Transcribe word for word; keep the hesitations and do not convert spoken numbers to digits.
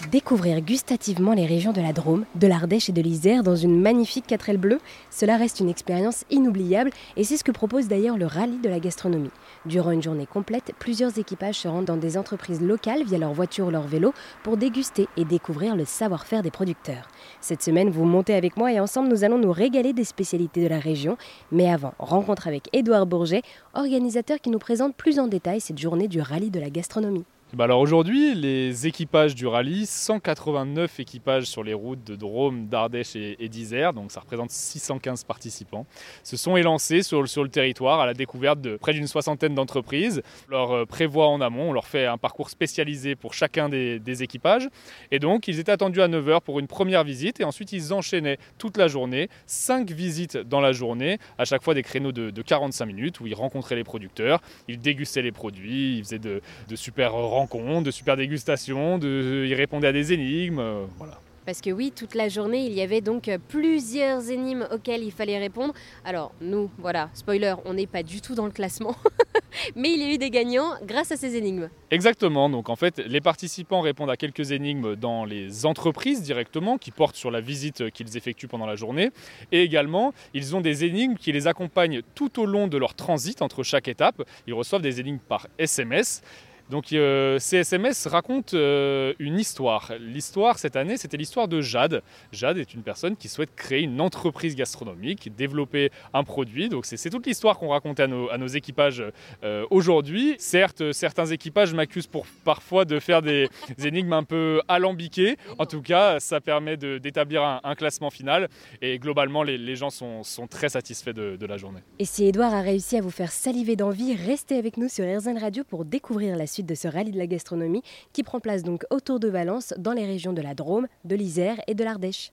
Découvrir gustativement les régions de la Drôme, de l'Ardèche et de l'Isère dans une magnifique quatre ailes bleues, cela reste une expérience inoubliable et c'est ce que propose d'ailleurs le rallye de la gastronomie. Durant une journée complète, plusieurs équipages se rendent dans des entreprises locales via leur voiture ou leur vélo pour déguster et découvrir le savoir-faire des producteurs. Cette semaine, vous montez avec moi et ensemble nous allons nous régaler des spécialités de la région. Mais avant, rencontre avec Édouard Bourget, organisateur qui nous présente plus en détail cette journée du rallye de la gastronomie. Bah alors aujourd'hui, les équipages du rallye, cent quatre-vingt-neuf équipages sur les routes de Drôme, d'Ardèche et, et d'Isère, donc ça représente six cent quinze participants, se sont élancés sur, sur le territoire à la découverte de près d'une soixantaine d'entreprises. On leur prévoit en amont, on leur fait un parcours spécialisé pour chacun des, des équipages. Et donc ils étaient attendus à neuf heures pour une première visite et ensuite ils enchaînaient toute la journée, cinq visites dans la journée, à chaque fois des créneaux de, de quarante-cinq minutes où ils rencontraient les producteurs, ils dégustaient les produits, ils faisaient de, de super rencontres, de super dégustations, de, ils répondaient à des énigmes, euh, voilà. Parce que oui, toute la journée, il y avait donc plusieurs énigmes auxquelles il fallait répondre. Alors nous, voilà, spoiler, on n'est pas du tout dans le classement, mais il y a eu des gagnants grâce à ces énigmes. Exactement, donc en fait, les participants répondent à quelques énigmes dans les entreprises directement, qui portent sur la visite qu'ils effectuent pendant la journée. Et également, ils ont des énigmes qui les accompagnent tout au long de leur transit entre chaque étape. Ils reçoivent des énigmes par S M S. Donc euh, ces S M S racontent euh, une histoire. L'histoire cette année, c'était l'histoire de Jade. Jade est une personne qui souhaite créer une entreprise gastronomique, développer un produit. Donc c'est, c'est toute l'histoire qu'on raconte à nos, à nos équipages euh, aujourd'hui. Certes, certains équipages m'accusent pour, parfois de faire des, des énigmes un peu alambiquées. En tout cas, ça permet de, d'établir un, un classement final. Et globalement, les, les gens sont, sont très satisfaits de, de la journée. Et si Édouard a réussi à vous faire saliver d'envie, restez avec nous sur R Z N Radio pour découvrir la suite de ce rallye de la gastronomie qui prend place donc autour de Valence dans les régions de la Drôme, de l'Isère et de l'Ardèche.